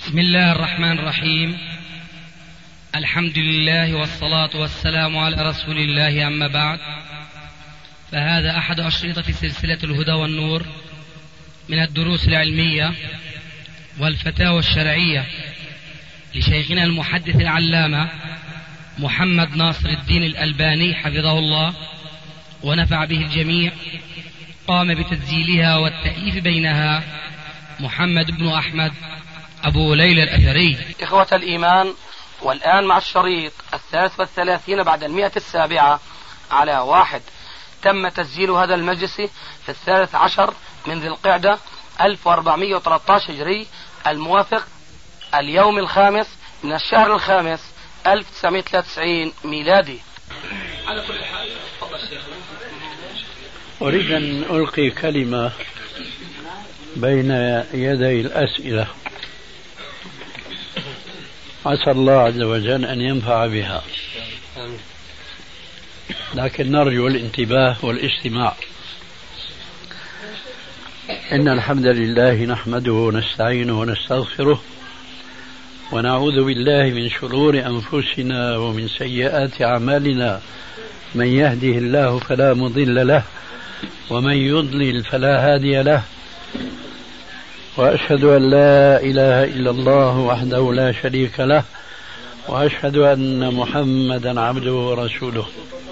بسم الله الرحمن الرحيم. الحمد لله والصلاة والسلام على رسول الله، أما بعد، فهذا أحد أشرطة سلسلة الهدى والنور من الدروس العلمية والفتاوى الشرعية لشيخنا المحدث العلامة محمد ناصر الدين الألباني حفظه الله ونفع به الجميع. قام بتسجيلها والتأليف بينها محمد بن أحمد أبو ليلى الأثري. إخوة الإيمان، والآن مع الشريط 33 بعد 107 على 1. تم تسجيل هذا المجلس في 13 من ذي القعدة 1413 هجري، الموافق اليوم الخامس من الشهر الخامس 1993 ميلادي. على كل حال، تفضل شيخنا. أريد أن ألقي كلمة بين يدي الأسئلة، عسى الله عز وجل أن ينفع بها، لكن نرجو الانتباه والاستماع. إن الحمد لله نحمده ونستعينه ونستغفره ونعوذ بالله من شرور أنفسنا ومن سيئات أعمالنا. من يهده الله فلا مضل له ومن يضلل فلا هادي له، وأشهد أن لا إله إلا الله وحده لا شريك له، وأشهد أن محمدا عبده ورسوله.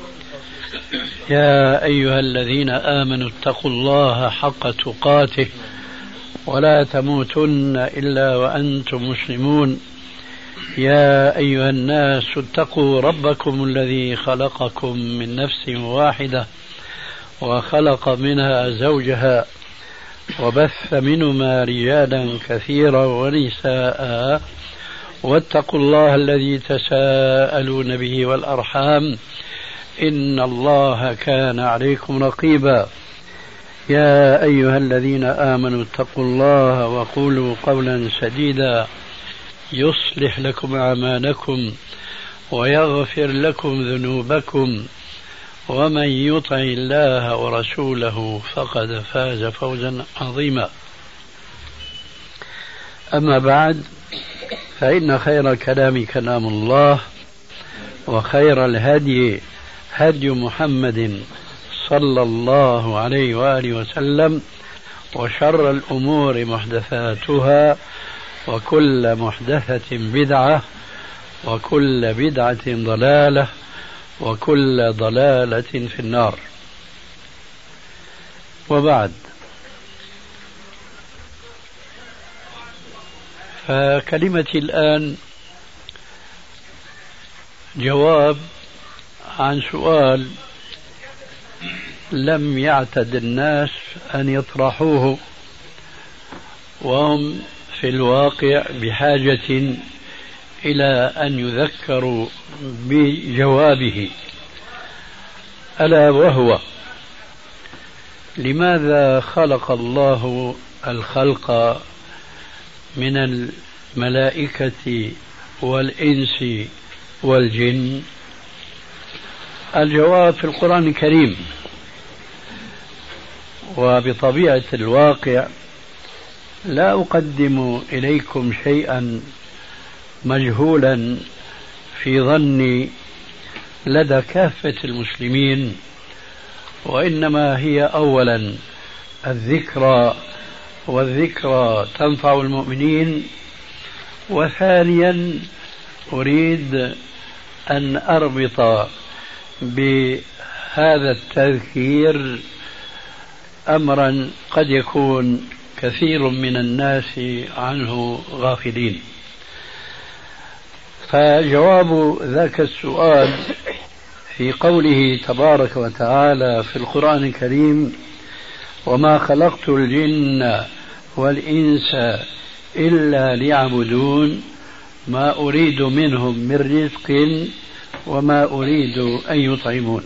يا أيها الذين آمنوا اتقوا الله حق تقاته ولا تموتن إلا وأنتم مسلمون. يا أيها الناس اتقوا ربكم الذي خلقكم من نفس واحدة وخلق منها زوجها وبث منهما رجالا كثيرا ونساء، واتقوا الله الذي تساءلون به والأرحام إن الله كان عليكم رقيبا. يا أيها الذين آمنوا اتقوا الله وقولوا قولا سديدا يصلح لكم أعمالكم ويغفر لكم ذنوبكم، ومن يطع الله ورسوله فقد فاز فوزا عظيما. أما بعد، فإن خير الكلام كلام الله، وخير الهدي هدي محمد صلى الله عليه وآله وسلم، وشر الأمور محدثاتها، وكل محدثة بدعة، وكل بدعة ضلالة، وكل ضلالة في النار. وبعد، فكلمتي الآن جواب عن سؤال لم يعتد الناس أن يطرحوه، وهم في الواقع بحاجة إلى أن يذكروا بجوابه، ألا وهو: لماذا خلق الله الخلق من الملائكة والإنس والجن؟ الجواب في القرآن الكريم، وبطبيعة الواقع لا أقدم إليكم شيئا مجهولا في ظني لدى كافة المسلمين، وإنما هي أولا الذكرى، والذكرى تنفع المؤمنين. وثانيا أريد أن أربط بهذا التذكير أمرا قد يكون كثير من الناس عنه غافلين. فجواب ذاك السؤال في قوله تبارك وتعالى في القرآن الكريم: وما خلقت الجن والإنس إلا ليعبدون ما أريد منهم من رزق وما أريد أن يطعمون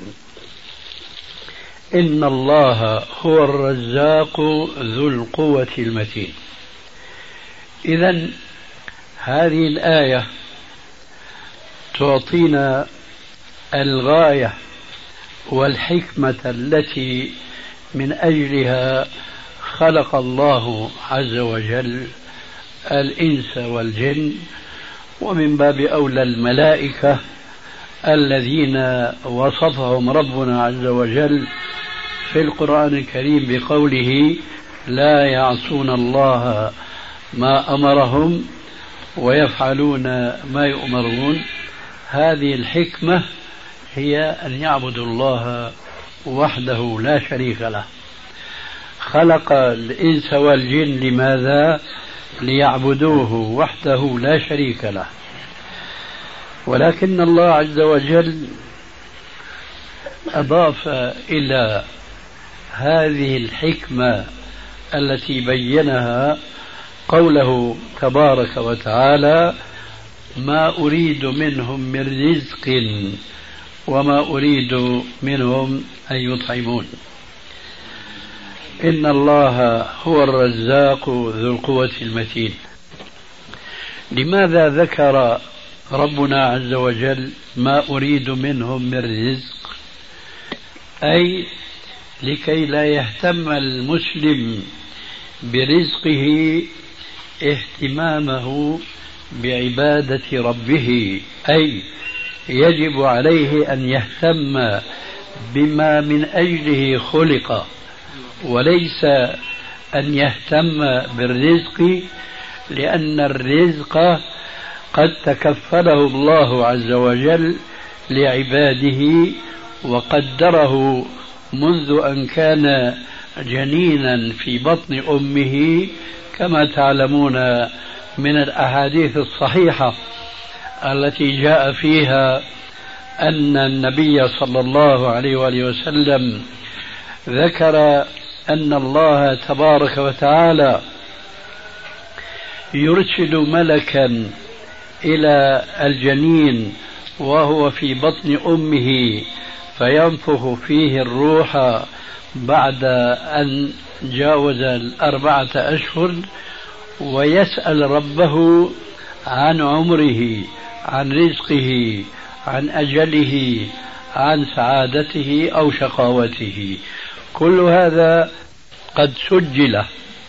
إن الله هو الرزاق ذو القوة المتين. إذن هذه الآية تعطينا الغاية والحكمة التي من أجلها خلق الله عز وجل الإنس والجن، ومن باب أولى الملائكة الذين وصفهم ربنا عز وجل في القرآن الكريم بقوله لا يعصون الله ما أمرهم ويفعلون ما يؤمرون. هذه الحكمة هي أن يعبدوا الله وحده لا شريك له. خلق الإنس والجن لماذا؟ ليعبدوه وحده لا شريك له. ولكن الله عز وجل أضاف إلى هذه الحكمة التي بينها قوله تبارك وتعالى ما أريد منهم من رزق وما أريد منهم أن يطعمون. إن الله هو الرزاق ذو القوة المتين. لماذا ذكر ربنا عز وجل ما أريد منهم من رزق؟ أي لكي لا يهتم المسلم برزقه اهتمامه بعبادة ربه، أي يجب عليه أن يهتم بما من أجله خلق، وليس أن يهتم بالرزق، لأن الرزق قد تكفله الله عز وجل لعباده وقدره منذ أن كان جنينا في بطن أمه، كما تعلمون من الأحاديث الصحيحة التي جاء فيها أن النبي صلى الله عليه وآله وسلم ذكر أن الله تبارك وتعالى يرسل ملكا إلى الجنين وهو في بطن أمه فينفخ فيه الروح بعد أن جاوز 4 أشهر، ويسأل ربه عن عمره، عن رزقه، عن أجله، عن سعادته أو شقاوته. كل هذا قد سجل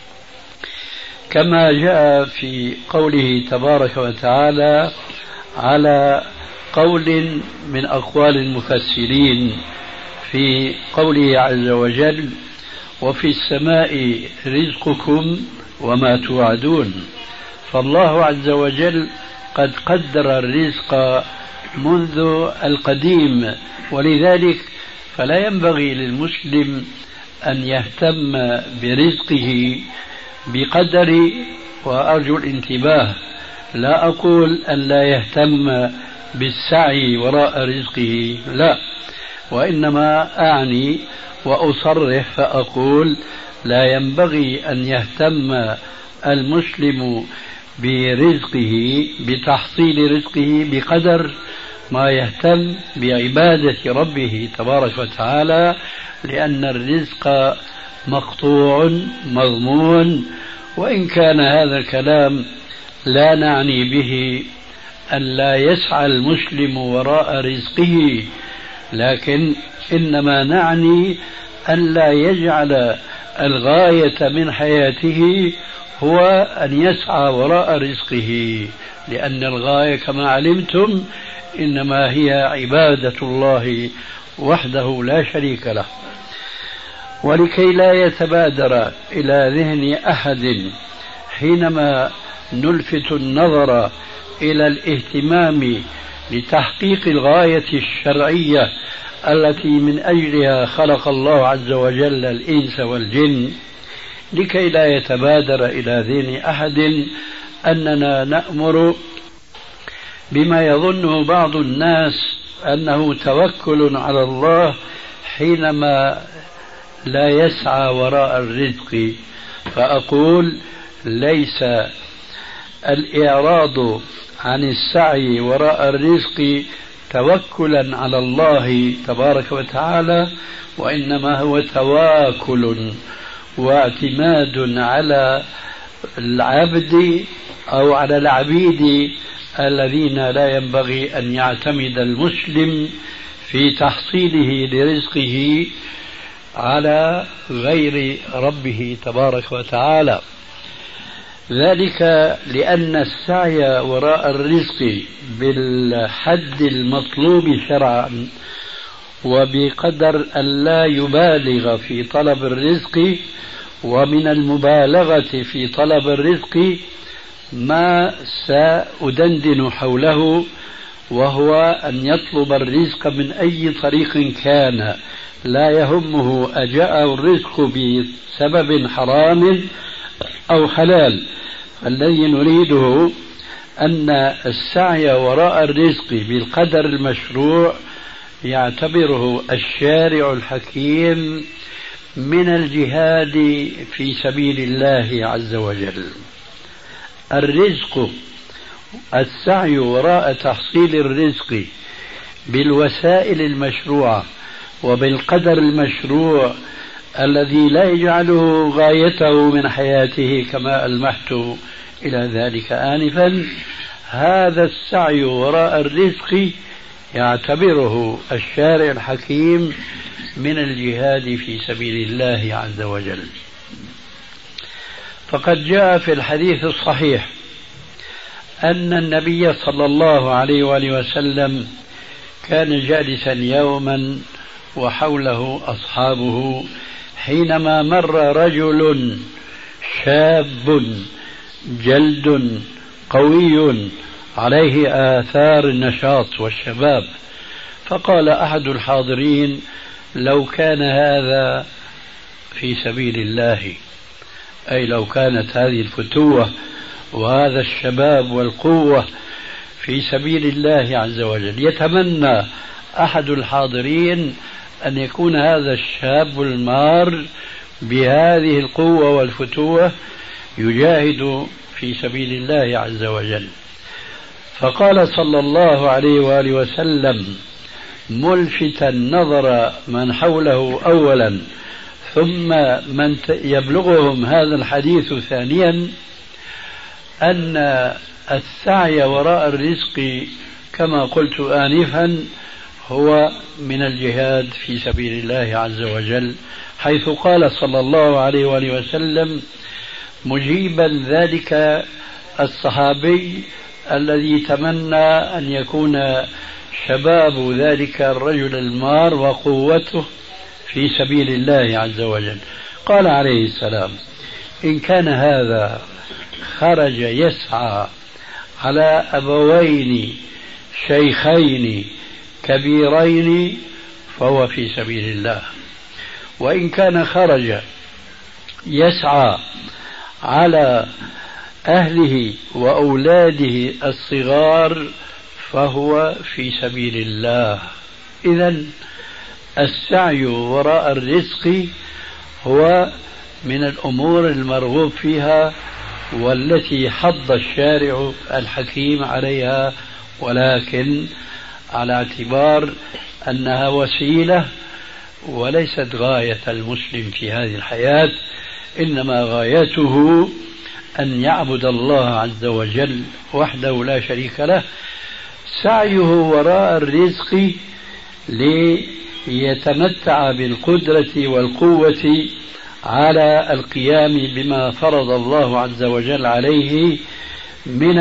كما جاء في قوله تبارك وتعالى على قول من أقوال المفسرين في قوله عز وجل وفي السماء رزقكم وما توعدون. فالله عز وجل قد قدر الرزق منذ القديم، ولذلك فلا ينبغي للمسلم أن يهتم برزقه بقدر، وأرجو الانتباه، لا أقول أن لا يهتم بالسعي وراء رزقه، لا، وإنما أعني وأصرح فأقول لا ينبغي أن يهتم المسلم برزقه، بتحصيل رزقه بقدر ما يهتم بعبادة ربه تبارك وتعالى، لأن الرزق مقطوع مضمون. وإن كان هذا الكلام لا نعني به أن لا يسعى المسلم وراء رزقه، لكن إنما نعني أن لا يجعل الغاية من حياته هو أن يسعى وراء رزقه، لأن الغاية كما علمتم إنما هي عبادة الله وحده لا شريك له. ولكي لا يتبادر إلى ذهن أحد حينما نلفت النظر إلى الاهتمام لتحقيق الغاية الشرعية التي من أجلها خلق الله عز وجل الإنس والجن، لكي لا يتبادر إلى ذهن أحد أننا نأمر بما يظنه بعض الناس أنه توكل على الله حينما لا يسعى وراء الرزق. فأقول ليس الإعراض عن السعي وراء الرزق توكلا على الله تبارك وتعالى، وإنما هو تواكل واعتماد على العبد أو على العبيد الذين لا ينبغي أن يعتمد المسلم في تحصيله لرزقه على غير ربه تبارك وتعالى. ذلك لأن السعي وراء الرزق بالحد المطلوب شرعا وبقدر أن لا يبالغ في طلب الرزق، ومن المبالغة في طلب الرزق ما سأدندن حوله، وهو أن يطلب الرزق من أي طريق كان، لا يهمه أجاءه الرزق بسبب حرام أو حلال. الذي نريده أن السعي وراء الرزق بالقدر المشروع يعتبره الشارع الحكيم من الجهاد في سبيل الله عز وجل. الرزق، السعي وراء تحصيل الرزق بالوسائل المشروعة وبالقدر المشروع الذي لا يجعله غايته من حياته كما ألمحت إلى ذلك آنفا، هذا السعي وراء الرزق يعتبره الشارع الحكيم من الجهاد في سبيل الله عز وجل. فقد جاء في الحديث الصحيح أن النبي صلى الله عليه وآله وسلم كان جالسا يوما وحوله أصحابه حينما مر رجل شاب جلد قوي عليه آثار النشاط والشباب، فقال أحد الحاضرين: لو كان هذا في سبيل الله، أي لو كانت هذه الفتوة وهذا الشباب والقوة في سبيل الله عز وجل. يتمنى أحد الحاضرين أن يكون هذا الشاب المار بهذه القوة والفتوة يجاهد في سبيل الله عز وجل. فقال صلى الله عليه وآله وسلم ملفتا نظر من حوله أولا ثم من يبلغهم هذا الحديث ثانيا، أن السعي وراء الرزق كما قلت آنفا هو من الجهاد في سبيل الله عز وجل، حيث قال صلى الله عليه وآله وسلم مجيبا ذلك الصحابي الذي تمنى أن يكون شباب ذلك الرجل المار وقوته في سبيل الله عز وجل. قال عليه السلام: إن كان هذا خرج يسعى على أبوين شيخين كبيرين فهو في سبيل الله، وإن كان خرج يسعى على أهله وأولاده الصغار فهو في سبيل الله. إذن السعي وراء الرزق هو من الأمور المرغوب فيها والتي حض الشارع الحكيم عليها، ولكن على اعتبار أنها وسيلة وليست غاية المسلم في هذه الحياة، إنما غايته أن يعبد الله عز وجل وحده لا شريك له. سعيه وراء الرزق ليتمتع بالقدرة والقوة على القيام بما فرض الله عز وجل عليه من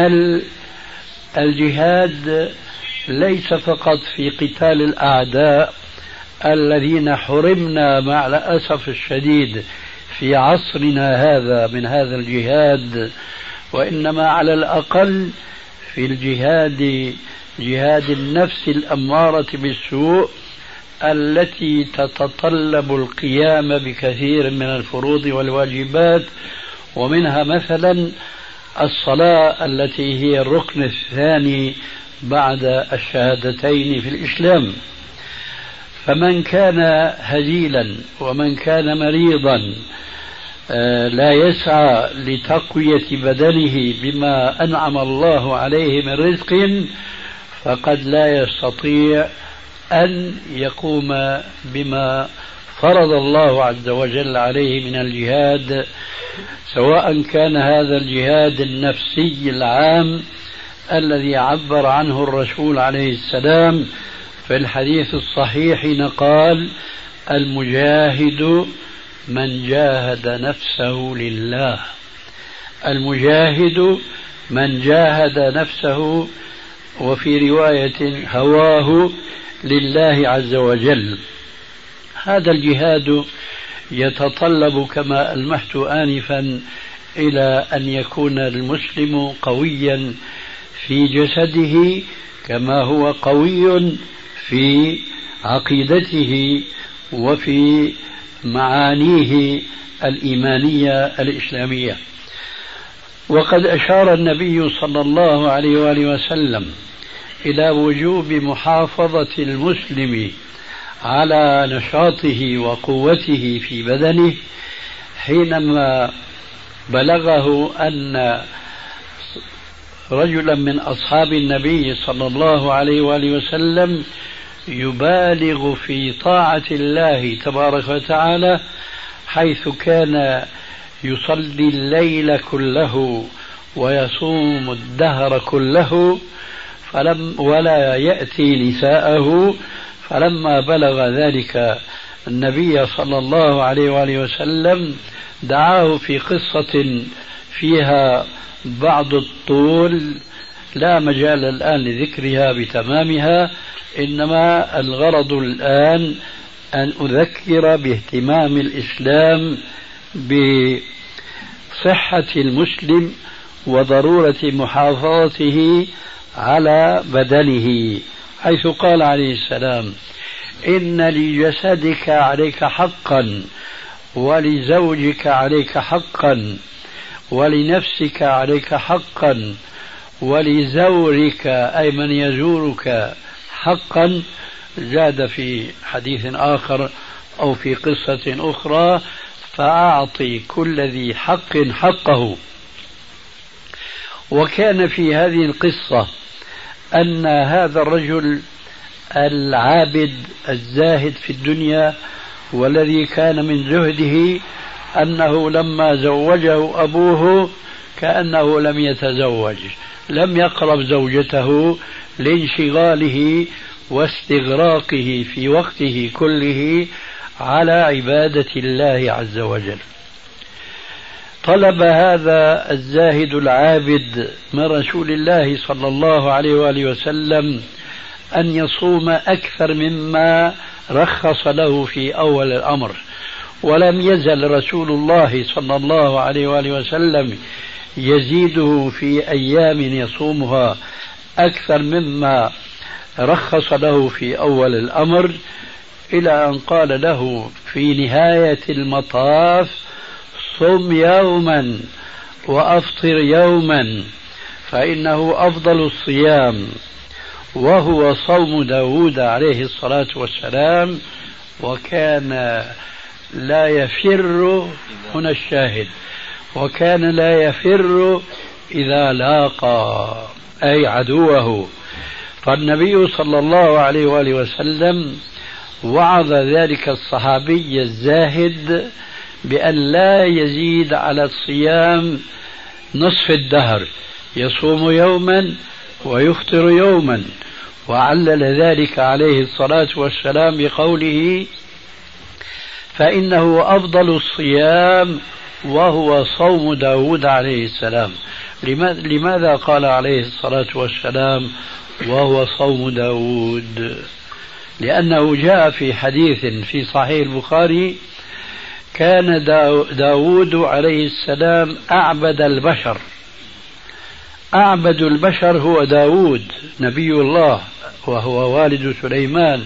الجهاد، ليس فقط في قتال الأعداء الذين حرمنا مع الأسف الشديد في عصرنا هذا من هذا الجهاد، وإنما على الأقل في الجهاد، جهاد النفس الأمارة بالسوء التي تتطلب القيام بكثير من الفروض والواجبات، ومنها مثلا الصلاة التي هي الركن الثاني بعد الشهادتين في الإسلام. فمن كان هزيلا ومن كان مريضا لا يسعى لتقوية بدنه بما أنعم الله عليه من رزق، فقد لا يستطيع أن يقوم بما فرض الله عز وجل عليه من الجهاد، سواء كان هذا الجهاد النفسي العام الذي عبر عنه الرسول عليه السلام في الحديث الصحيح حين قال: المجاهد من جاهد نفسه لله، المجاهد من جاهد نفسه، وفي رواية هواه لله عز وجل. هذا الجهاد يتطلب كما ألمحت آنفا إلى أن يكون المسلم قويا في جسده كما هو قوي في عقيدته وفي معانيه الإيمانية الإسلامية. وقد أشار النبي صلى الله عليه وآله وسلم إلى وجوب محافظة المسلم على نشاطه وقوته في بدنه حينما بلغه أن رجلا من أصحاب النبي صلى الله عليه وآله وسلم يبالغ في طاعة الله تبارك وتعالى، حيث كان يصلي الليل كله ويصوم الدهر كله ولا يأتي نساءه. فلما بلغ ذلك النبي صلى الله عليه وآله وسلم دعاه في قصة فيها بعض الطول لا مجال الآن لذكرها بتمامها، إنما الغرض الآن أن أذكر باهتمام الإسلام بصحة المسلم وضرورة محافظته على بدنه، حيث قال عليه السلام: إن لجسدك عليك حقا، ولزوجك عليك حقا، ولنفسك عليك حقا، ولزورك أي من يزورك حقا. زاد في حديث آخر أو في قصة أخرى: فأعطي كل ذي حق حقه. وكان في هذه القصة أن هذا الرجل العابد الزاهد في الدنيا والذي كان من زهده أنه لما زوجه أبوه كأنه لم يتزوج، لم يقرب زوجته لانشغاله واستغراقه في وقته كله على عبادة الله عز وجل. طلب هذا الزاهد العابد من رسول الله صلى الله عليه وآله وسلم أن يصوم أكثر مما رخص له في أول الأمر، ولم يزل رسول الله صلى الله عليه وآله وسلم يزيده في أيام يصومها أكثر مما رخص له في أول الأمر، إلى أن قال له في نهاية المطاف: صم يوما وأفطر يوما، فإنه أفضل الصيام، وهو صوم داود عليه الصلاة والسلام. وكان لا يفر، هنا الشاهد، وكان لا يفر إذا لاقى أي عدوه. فالنبي صلى الله عليه وآله وسلم وعظ ذلك الصحابي الزاهد بأن لا يزيد على الصيام نصف الدهر، يصوم يوما ويفطر يوما. وعلل ذلك عليه الصلاة والسلام بقوله: فإنه أفضل الصيام وهو صوم داود عليه السلام. لماذا قال عليه الصلاة والسلام وهو صوم داود؟ لأنه جاء في حديث في صحيح البخاري: كان داود عليه السلام أعبد البشر. أعبد البشر هو داود نبي الله وهو والد سليمان،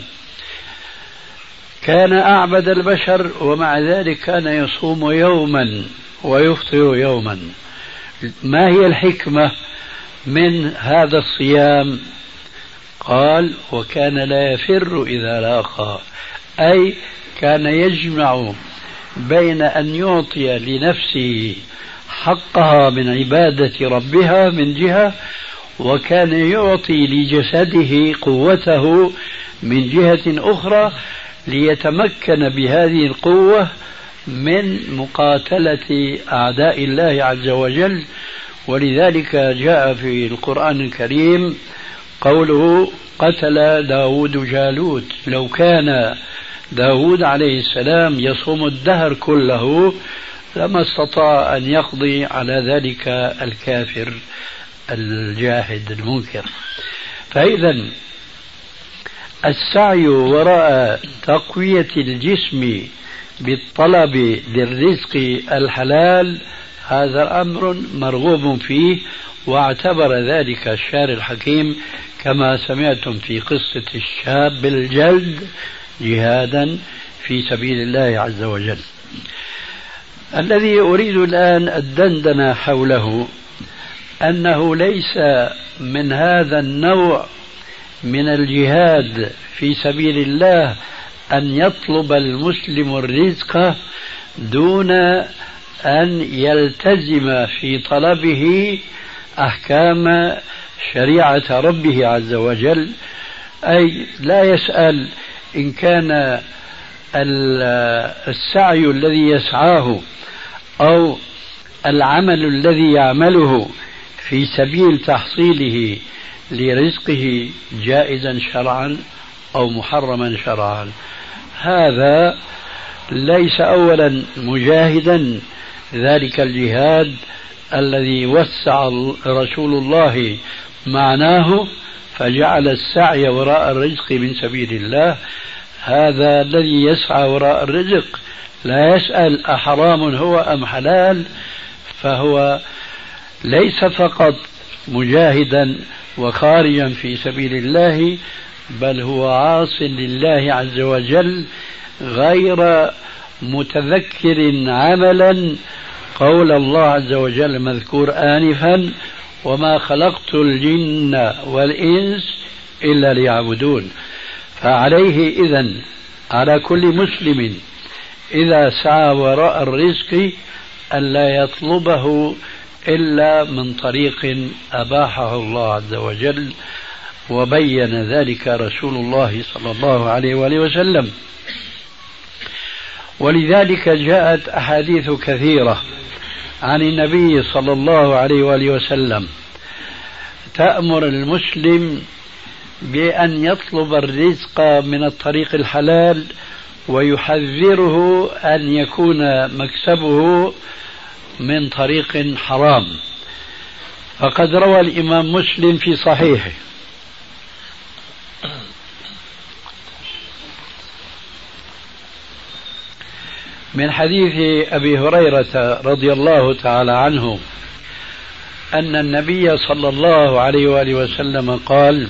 كان أعبد البشر، ومع ذلك كان يصوم يوما ويفطر يوما. ما هي الحكمة من هذا الصيام؟ قال: وكان لا يفر إذا لاقى، أي كان يجمع بين أن يعطي لنفسه حقها من عبادة ربها من جهة، وكان يعطي لجسده قوته من جهة أخرى، ليتمكن بهذه القوة من مقاتلة أعداء الله عز وجل. ولذلك جاء في القرآن الكريم قوله: قتل داود جالوت. لو كان داود عليه السلام يصوم الدهر كله لما استطاع أن يقضي على ذلك الكافر الجاحد المنكر. فإذا السعي وراء تقوية الجسم بالطلب للرزق الحلال هذا أمر مرغوب فيه، واعتبر ذلك الشارع الحكيم كما سمعتم في قصة الشاب الجلد جهادا في سبيل الله عز وجل. الذي أريد الآن الدندنة حوله أنه ليس من هذا النوع من الجهاد في سبيل الله أن يطلب المسلم الرزق دون أن يلتزم في طلبه أحكام شريعة ربه عز وجل، أي لا يسأل إن كان السعي الذي يسعاه أو العمل الذي يعمله في سبيل تحصيله لرزقه جائزا شرعا أو محرما شرعا. هذا ليس أولا مجاهدا ذلك الجهاد الذي وسع رسول الله معناه فجعل السعي وراء الرزق من سبيل الله. هذا الذي يسعى وراء الرزق لا يسأل أحرام هو أم حلال، فهو ليس فقط مجاهدا وخارجا في سبيل الله، بل هو عاص لله عز وجل غير متذكر عملا قول الله عز وجل مذكور آنفا: وما خلقت الجن والإنس إلا ليعبدون. فعليه إذن على كل مسلم إذا سعى وراء الرزق ألا يطلبه إلا من طريق أباحه الله عز وجل، وبين ذلك رسول الله صلى الله عليه وآله وسلم. ولذلك جاءت أحاديث كثيرة عن النبي صلى الله عليه وآله وسلم تأمر المسلم بأن يطلب الرزق من الطريق الحلال، ويحذره أن يكون مكسبه من طريق حرام. فقد روى الإمام مسلم في صحيحه من حديث أبي هريرة رضي الله تعالى عنه أن النبي صلى الله عليه وآله وسلم قال: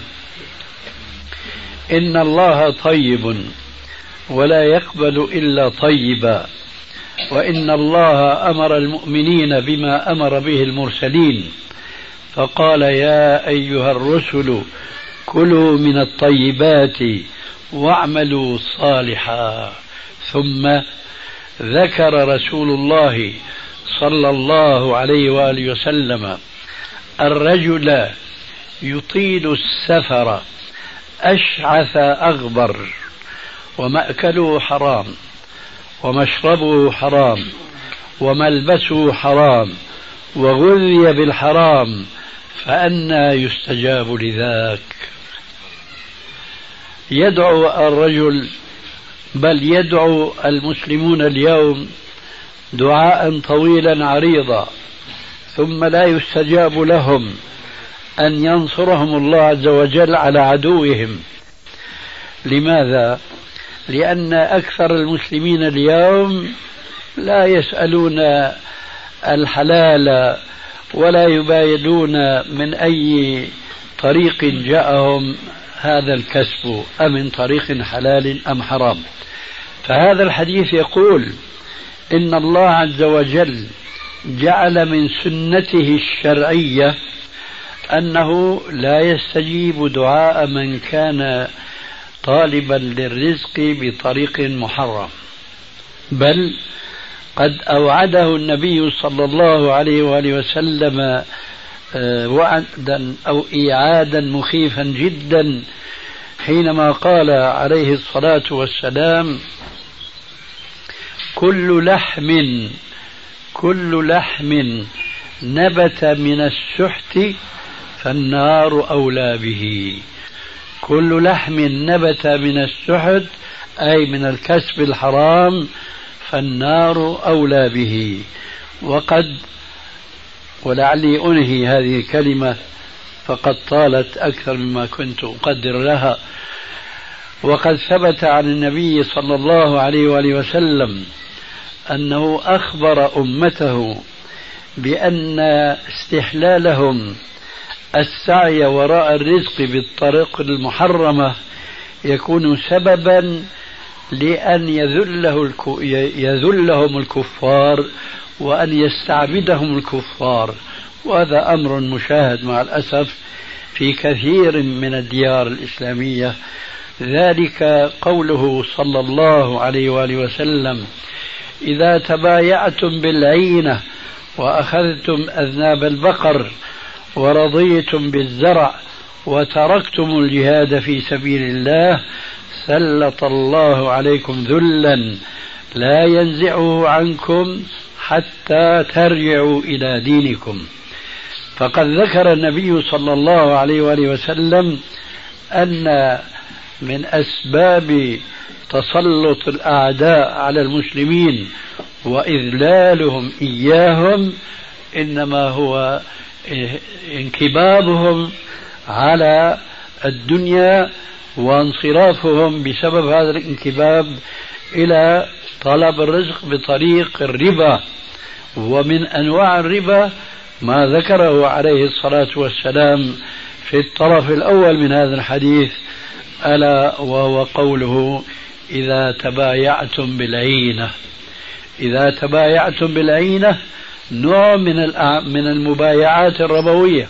إن الله طيب ولا يقبل إلا طيبا، وإن الله أمر المؤمنين بما أمر به المرسلين، فقال: يا أيها الرسل كلوا من الطيبات واعملوا صالحا. ثم ذكر رسول الله صلى الله عليه وآله وسلم الرجل يطيل السفر أشعث أغبر ومأكله حرام ومشربه حرام وملبسه حرام وغذي بالحرام، فأنى يستجاب لذاك؟ يدعو الرجل، بل يدعو المسلمون اليوم دعاء طويلا عريضا، ثم لا يستجاب لهم أن ينصرهم الله عز وجل على عدوهم. لماذا؟ لأن أكثر المسلمين اليوم لا يسألون الحلال ولا يبايدون من أي طريق جاءهم هذا الكسب، أمن طريق حلال أم حرام. فهذا الحديث يقول إن الله عز وجل جعل من سنته الشرعية أنه لا يستجيب دعاء من كان طالبا للرزق بطريق محرم، بل قد أوعده النبي صلى الله عليه وآله وسلم وعدا أو إيعادا مخيفا جدا حينما قال عليه الصلاة والسلام: كل لحم نبت من السحت فالنار أولى به. كل لحم نبت من السحت أي من الكسب الحرام فالنار أولى به. ولعلي أنهي هذه الكلمة فقد طالت أكثر مما كنت أقدر لها. وقد ثبت عن النبي صلى الله عليه وآله وسلم أنه أخبر أمته بأن استحلالهم السعي وراء الرزق بالطريق المحرمة يكون سببا لأن يذلهم الكفار وأن يستعبدهم الكفار. وهذا أمر مشاهد مع الأسف في كثير من الديار الإسلامية. ذلك قوله صلى الله عليه وآله وسلم: إذا تبايعتم بالعينة وأخذتم أذناب البقر ورضيتم بالزرع وتركتم الجهاد في سبيل الله سلط الله عليكم ذلا لا ينزعه عنكم حتى ترجعوا إلى دينكم. فقد ذكر النبي صلى الله عليه وآله وسلم أن من أسباب تسلط الأعداء على المسلمين وإذلالهم إياهم إنما هو انكبابهم على الدنيا وانصرافهم بسبب هذا الانكباب إلى طلب الرزق بطريق الربا. ومن أنواع الربا ما ذكره عليه الصلاة والسلام في الطرف الأول من هذا الحديث، ألا وهو قوله: إذا تبايعتم بالعينة. إذا تبايعتم بالعينة نوع من المبايعات الربوية.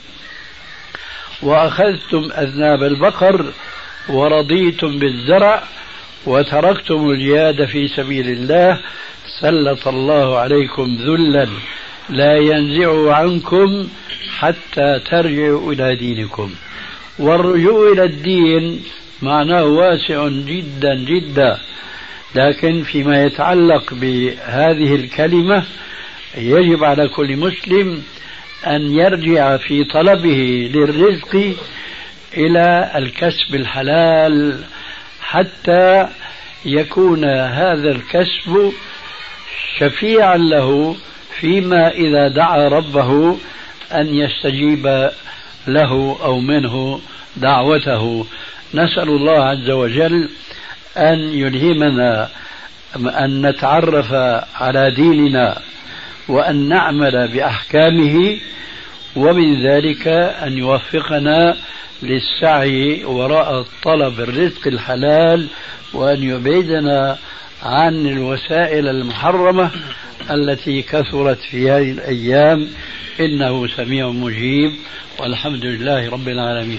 وأخذتم أذناب البقر ورضيتم بالزرع وتركتم الجهاد في سبيل الله سلط الله عليكم ذلا لا ينزعه عنكم حتى ترجعوا إلى دينكم. والرجوع إلى الدين معناه واسع جدا جدا، لكن فيما يتعلق بهذه الكلمة يجب على كل مسلم أن يرجع في طلبه للرزق إلى الكسب الحلال حتى يكون هذا الكسب شفيعا له فيما إذا دعا ربه أن يستجيب له أو منه دعوته. نسأل الله عز وجل أن يلهمنا أن نتعرف على ديننا وأن نعمل بأحكامه، ومن ذلك أن يوفقنا للسعي وراء طلب الرزق الحلال وأن يبعدنا عن الوسائل المحرمة التي كثرت في هذه الأيام. إنه سميع مجيب والحمد لله رب العالمين.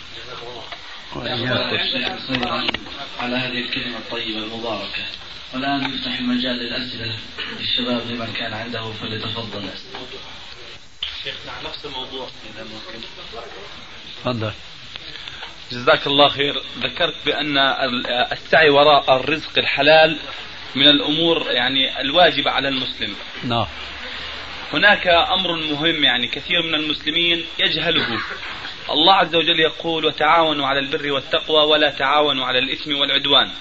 على هذه الكلمة الطيبة المباركة. والآن نفتح المجال للأسئلة للشباب لمن كان عنده فليتفضل. شيخنا عن نفس الموضوع إذا ممكن. تفضل. جزاك الله خير. ذكرت بأن السعي وراء الرزق الحلال من الأمور يعني الواجبة على المسلم. نعم. هناك أمر مهم يعني كثير من المسلمين يجهله. الله عز وجل يقول: وتعاونوا على البر والتقوى ولا تعاونوا على الإثم والعدوان.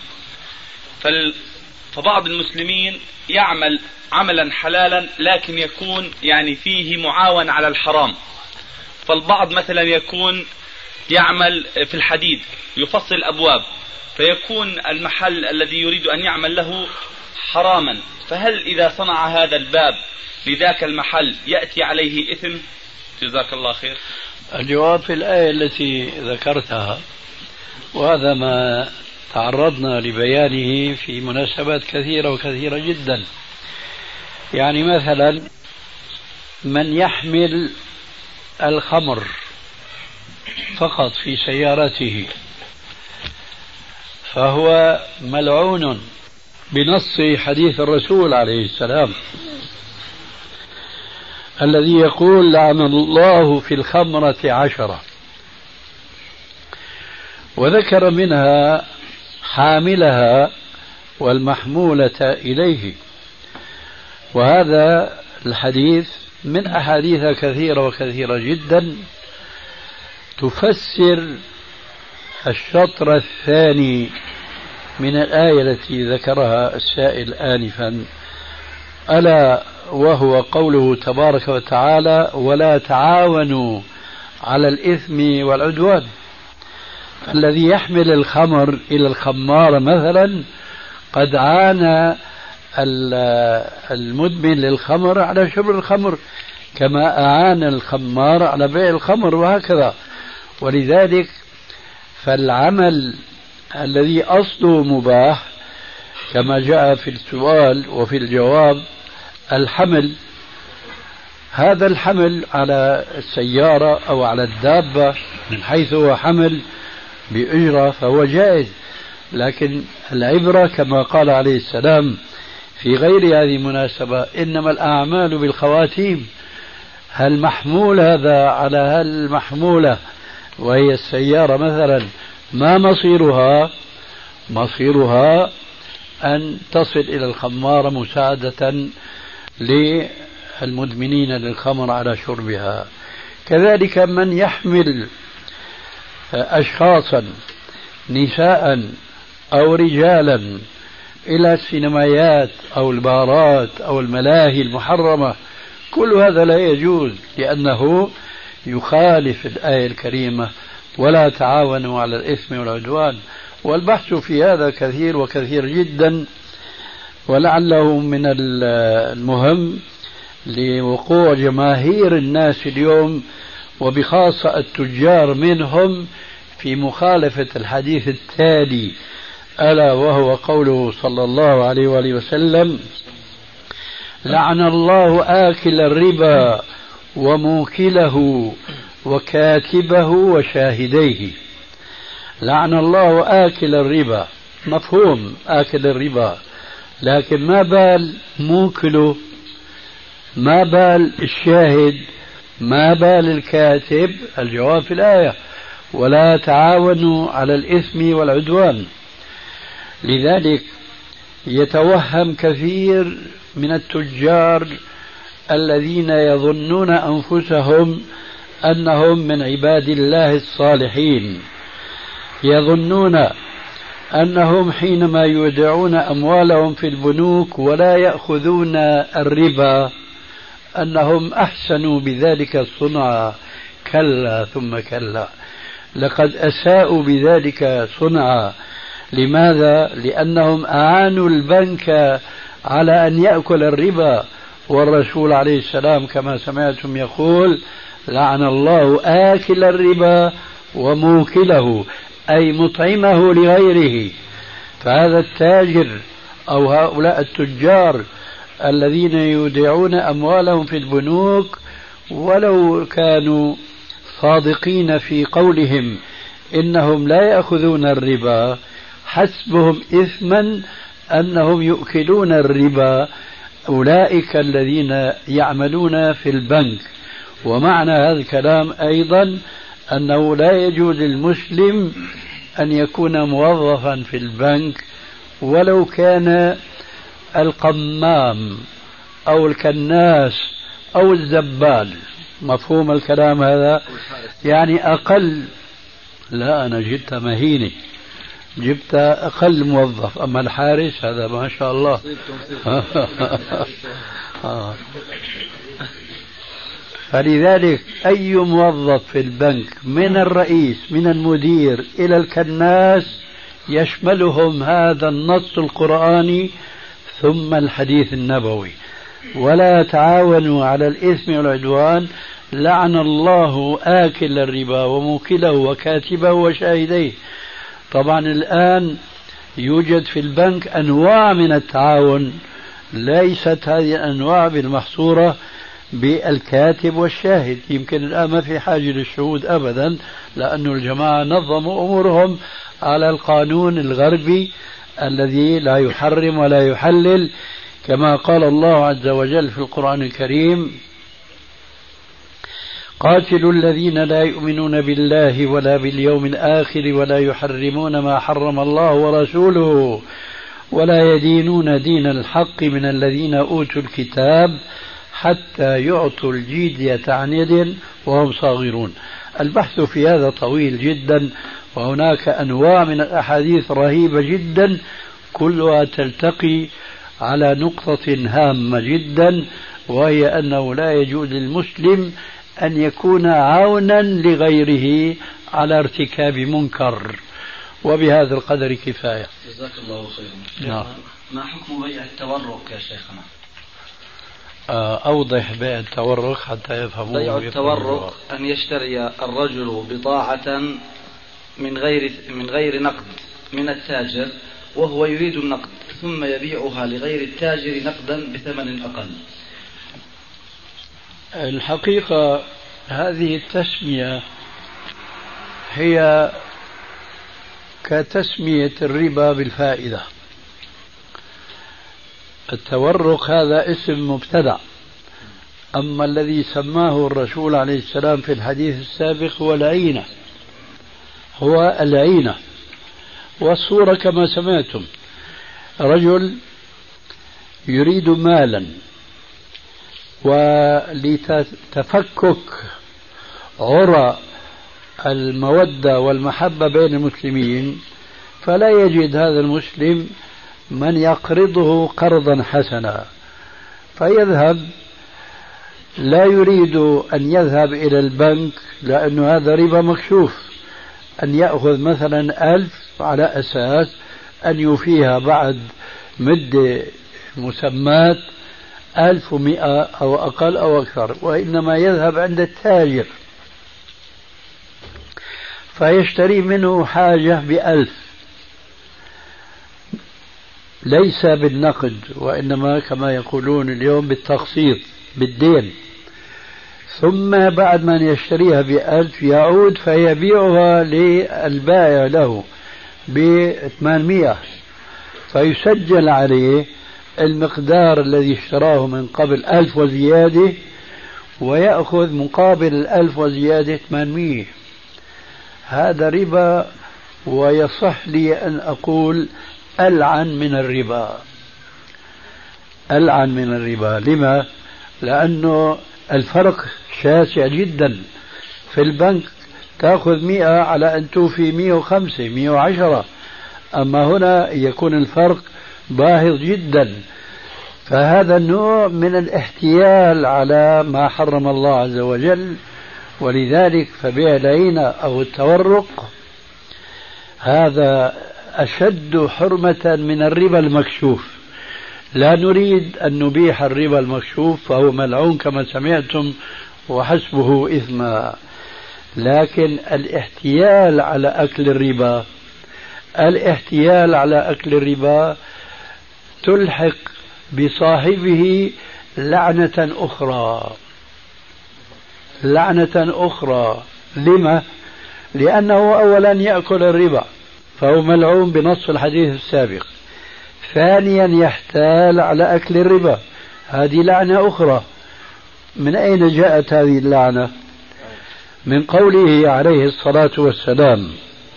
فبعض المسلمين يعمل عملا حلالا لكن يكون يعني فيه معاون على الحرام. فالبعض مثلا يكون يعمل في الحديد يفصل أبواب فيكون المحل الذي يريد أن يعمل له حراما، فهل إذا صنع هذا الباب لذاك المحل يأتي عليه إثم؟ جزاك الله خير. الجواب في الآية التي ذكرتها، وهذا ما تعرضنا لبيانه في مناسبات كثيرة وكثيرة جدا. يعني مثلا من يحمل الخمر فقط في سيارته فهو ملعون بنص حديث الرسول عليه السلام الذي يقول: لعن الله في الخمرة 10. وذكر منها حاملها والمحمولة إليه. وهذا الحديث من أحاديث كثيرة وكثيرة جدا تفسر الشطر الثاني من الآية التي ذكرها السائل آنفا ألا وهو قوله تبارك وتعالى ولا تعاونوا على الإثم والعدوان. الذي يحمل الخمر إلى الخمار مثلا قد عانى المدمن للخمر على شرب الخمر كما أعان الخمار على بيع الخمر وهكذا. ولذلك فالعمل الذي أصله مباح كما جاء في السؤال وفي الجواب الحمل، هذا الحمل على السيارة أو على الدابة من حيث هو حمل بأجرة فهو جائز، لكن العبرة كما قال عليه السلام في غير هذه المناسبة إنما الأعمال بالخواتيم. هل محمول هذا على هل محمولة وهي السيارة مثلا ما مصيرها أن تصل إلى الخمار مساعدة للمدمنين للخمر على شربها. كذلك من يحمل أشخاصا نساء أو رجالا إلى السينمايات أو البارات أو الملاهي المحرمة كل هذا لا يجوز لأنه يخالف الآية الكريمة ولا تعاونوا على الإثم والعدوان. والبحث في هذا كثير وكثير جدا، ولعله من المهم لوقوع جماهير الناس اليوم وبخاصة التجار منهم في مخالفة الحديث التالي ألا وهو قوله صلى الله عليه وآله وسلم لعن الله آكل الربا وموكله وكاتبه وشاهديه. لعن الله آكل الربا، مفهوم آكل الربا، لكن ما بال موكله، ما بال الشاهد، ما بال الكاتب؟ الجواب في الآية ولا تعاونوا على الإثم والعدوان. لذلك يتوهم كثير من التجار الذين يظنون أنفسهم أنهم من عباد الله الصالحين، يظنون أنهم حينما يودعون أموالهم في البنوك ولا يأخذون الربا أنهم أحسنوا بذلك الصنعة. كلا ثم كلا، لقد أساءوا بذلك صنعة. لماذا؟ لأنهم أعانوا البنك على أن يأكل الربا، والرسول عليه السلام كما سمعتم يقول لعن الله آكل الربا وموكله، أي مطعمه لغيره. فهذا التاجر أو هؤلاء التجار الذين يودعون أموالهم في البنوك ولو كانوا صادقين في قولهم إنهم لا يأخذون الربا، حسبهم إثما أنهم يؤكلون الربا أولئك الذين يعملون في البنك. ومعنى هذا الكلام أيضا أنه لا يجوز للمسلم أن يكون موظفا في البنك ولو كان القمام أو الكناس أو الزبال. مفهوم الكلام هذا؟ يعني أقل، لا أنا جبت مهينة، جبت أقل موظف، أما الحارس هذا ما شاء الله. فلذلك أي موظف في البنك من الرئيس من المدير إلى الكناس يشملهم هذا النص القرآني ثم الحديث النبوي ولا تعاونوا على الإثم والعدوان. لعن الله آكل الربا وموكله وكاتبه وشاهديه. طبعا الآن يوجد في البنك أنواع من التعاون، ليست هذه الأنواع بالمحصورة بالكاتب والشاهد. يمكن الآن ما في حاجة للشهود أبدا، لأن الجماعة نظموا أمورهم على القانون الغربي الذي لا يحرم ولا يحلل، كما قال الله عز وجل في القرآن الكريم قاتلوا الذين لا يؤمنون بالله ولا باليوم الآخر ولا يحرمون ما حرم الله ورسوله ولا يدينون دين الحق من الذين أوتوا الكتاب حتى يعطوا الجزية عن يد وهم صاغرون. البحث في هذا طويل جدا، وهناك أنواع من الأحاديث رهيبة جدا كلها تلتقي على نقطة هامة جدا، وهي أنه لا يجوز للمسلم أن يكون عونا لغيره على ارتكاب منكر. وبهذا القدر كفاية. جزاك الله خيرا. نعم. ما حكم بيع التورق يا شيخنا؟ أوضح بيع التورق حتى يفهموه. بيع التورق أن يشتري الرجل بضاعة من غير نقد من التاجر وهو يريد النقد، ثم يبيعها لغير التاجر نقدا بثمن أقل. الحقيقة هذه التسمية هي كتسمية الربا بالفائدة. التورق هذا اسم مبتدع، أما الذي سماه الرسول عليه السلام في الحديث السابق هو العينة، هو العينة. والصورة كما سمعتم، رجل يريد مالا، ولتفكك عرى المودة والمحبة بين المسلمين فلا يجد هذا المسلم من يقرضه قرضا حسنا، فيذهب، لا يريد أن يذهب إلى البنك لأن هذا ربا مكشوف، أن يأخذ مثلا 1000 على أساس أن يوفيها بعد مدة مسمات 1100 أو أقل أو أكثر، وإنما يذهب عند التاجر فيشتري منه حاجة ب1000، ليس بالنقد وإنما كما يقولون اليوم بالتقسيط بالدين، ثم بعد ما يشتريها ب1000 يعود فيبيعها للبائع له ب800، فيسجل عليه المقدار الذي اشتراه من قبل 1000 وزيادة، ويأخذ مقابل 1000 وزيادة 800. هذا ربا، ويصح لي أن أقول ألعن من الربا، ألعن من الربا. لما؟ لأنه الفرق شاسع جدا. في البنك تأخذ 100 على أن توفي 105 110، أما هنا يكون الفرق باهظ جدا. فهذا النوع من الاحتيال على ما حرم الله عز وجل، ولذلك فبيع العينة أو التورق هذا أشد حرمة من الربا المكشوف. لا نريد أن نبيح الربا المكشوف فهو ملعون كما سمعتم وحسبه إثما، لكن الاحتيال على أكل الربا، الاحتيال على أكل الربا تلحق بصاحبه لعنة أخرى، لعنة أخرى. لما؟ لأنه أولا يأكل الربا فهو ملعون بنص الحديث السابق، ثانيا يحتال على أكل الربا، هذه لعنة أخرى. من أين جاءت هذه اللعنة؟ من قوله عليه الصلاة والسلام: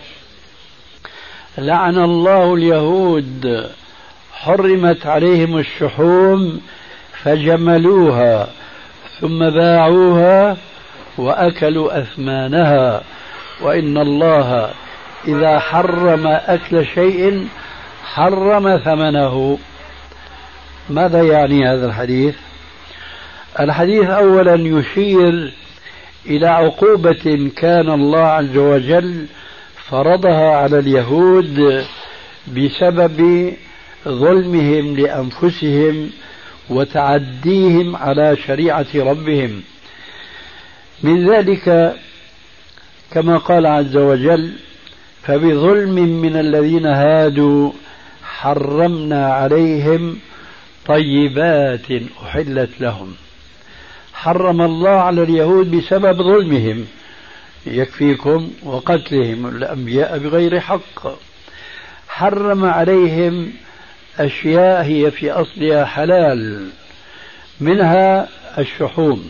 لعن الله اليهود حرمت عليهم الشحوم فجملوها ثم باعوها وأكلوا أثمانها، وإن الله إذا حرم أكل شيء حرم ثمنه. ماذا يعني هذا الحديث؟ الحديث أولا يشير إلى عقوبة كان الله عز وجل فرضها على اليهود بسبب ظلمهم لأنفسهم وتعديهم على شريعة ربهم. من ذلك كما قال عز وجل: فبظلم من الذين هادوا حرمنا عليهم طيبات أحلت لهم. حرم الله على اليهود بسبب ظلمهم، يكفيكم وقتلهم الأنبياء بغير حق. حرم عليهم أشياء هي في أصلها حلال، منها الشحوم.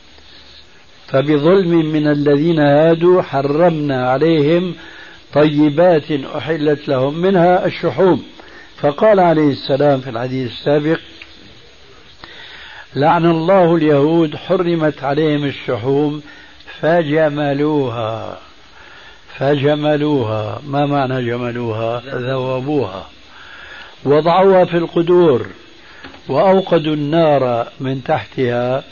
فبظلم من الذين هادوا حرمنا عليهم طيبات أحلت لهم منها الشحوم. فقال عليه السلام في الحديث السابق: لعن الله اليهود حرمت عليهم الشحوم فجملوها. فجملوها، ما معنى جملوها؟ ذوبوها، وضعوها في القدور وأوقدوا النار من تحتها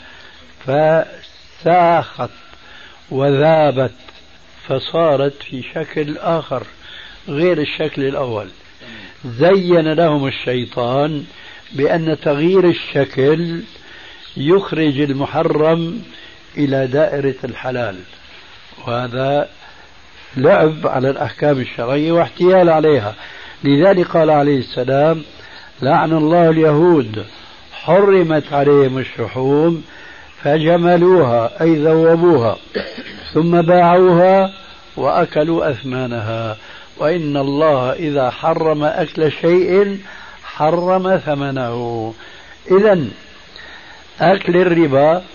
فساخت وذابت فصارت في شكل آخر غير الشكل الأول. زين لهم الشيطان بأن تغيير الشكل يخرج المحرم إلى دائرة الحلال، وهذا لعب على الأحكام الشرعية واحتيال عليها. لذلك قال عليه السلام: لعن الله اليهود حرمت عليهم الشحوم فجملوها أي ذوبوها ثم باعوها وأكلوا أثمانها، وإن الله إذا حرم أكل شيء حرم ثمنه. إذن أكل الربا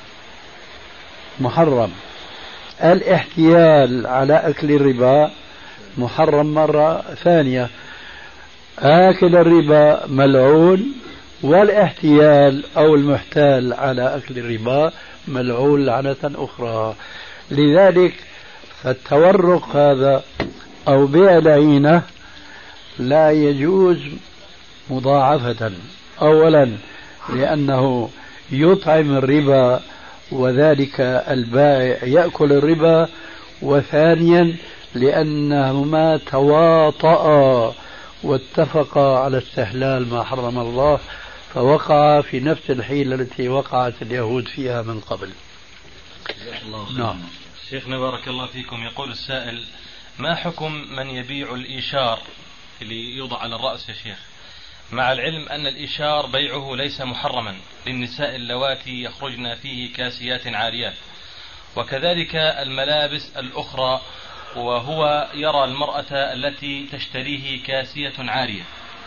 محرم، الاحتيال على أكل الربا محرم مرة ثانية، آكل الربا ملعون، والاحتيال أو المحتال على أكل الربا ملعون لعنة أخرى. لذلك فالتورق هذا أو بيع العينة لا يجوز مضاعفة، أولا لأنه يطعم الربا وذلك البائع يأكل الربا، وثانيا لأنهما تواطأ واتفقا على استحلال ما حرم الله، فوقع في نفس الحيلة التي وقعت اليهود فيها من قبل. نعم. شيخنا بارك الله فيكم، يقول السائل: ما حكم من يبيع الإيشار اللي يوضع على الرأس يا شيخ، مع العلم أن الإيشار بيعه ليس محرما للنساء اللواتي يخرجن فيه كاسيات عاريات، وكذلك الملابس الأخرى، وهو يرى المرأة التي تشتريه كاسية عارية.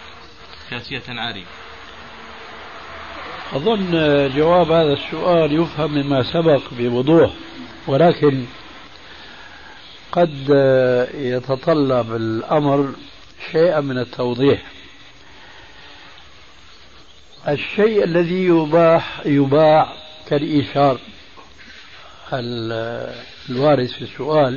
أظن جواب هذا السؤال يفهم مما سبق بوضوح، ولكن قد يتطلب الأمر شيئا من التوضيح. الشيء الذي يباع كالإيشار الوارد في السؤال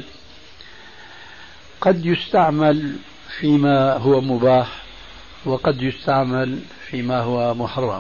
قد يستعمل فيما هو مباح وقد يستعمل فيما هو محرم،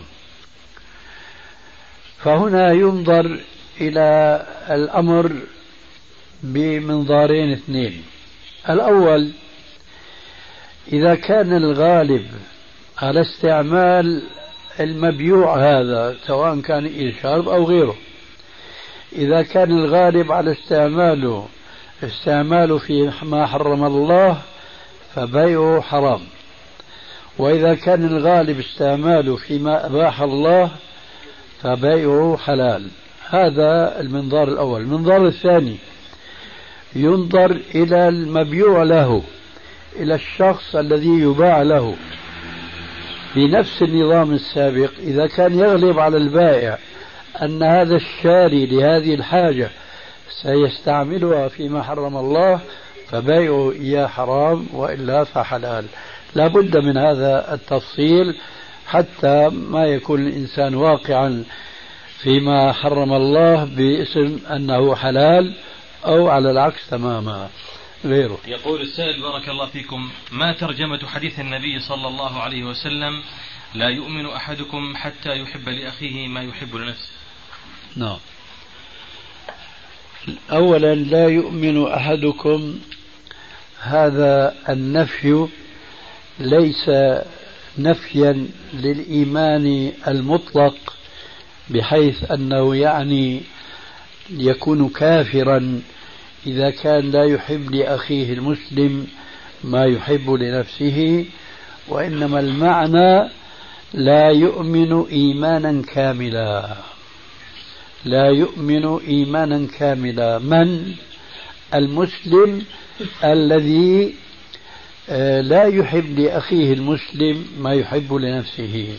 فهنا ينظر إلى الأمر بمنظارين اثنين. الأول: إذا كان الغالب على استعمال المبيوع هذا سواء كان إيشار أو غيره، إذا كان الغالب على استعماله في ما حرم الله فبيعه حرام، وإذا كان الغالب استعماله فيما أباح الله فبيعه حلال. هذا المنظار الأول. المنظار الثاني: ينظر إلى المبيوع له، إلى الشخص الذي يباع له بنفس النظام السابق. إذا كان يغلب على البائع أن هذا الشاري لهذه الحاجة سيستعملها فيما حرم الله فبيعه إياه حرام، وإلا فحلال. لا بد من هذا التفصيل حتى ما يكون الإنسان واقعا فيما حرم الله باسم أنه حلال، أو على العكس تماما غيره. يقول السائل بارك الله فيكم: ما ترجمة حديث النبي صلى الله عليه وسلم: لا يؤمن أحدكم حتى يحب لأخيه ما يحب لنفسه؟ نعم. أولا، لا يؤمن أحدكم، هذا النفي ليس نفيا للإيمان المطلق بحيث أنه يعني يكون كافرا إذا كان لا يحب لأخيه المسلم ما يحب لنفسه، وإنما المعنى لا يؤمن إيمانا كاملا. لا يؤمن إيمانا كاملا. من؟ المسلم الذي لا يحب لأخيه المسلم ما يحب لنفسه.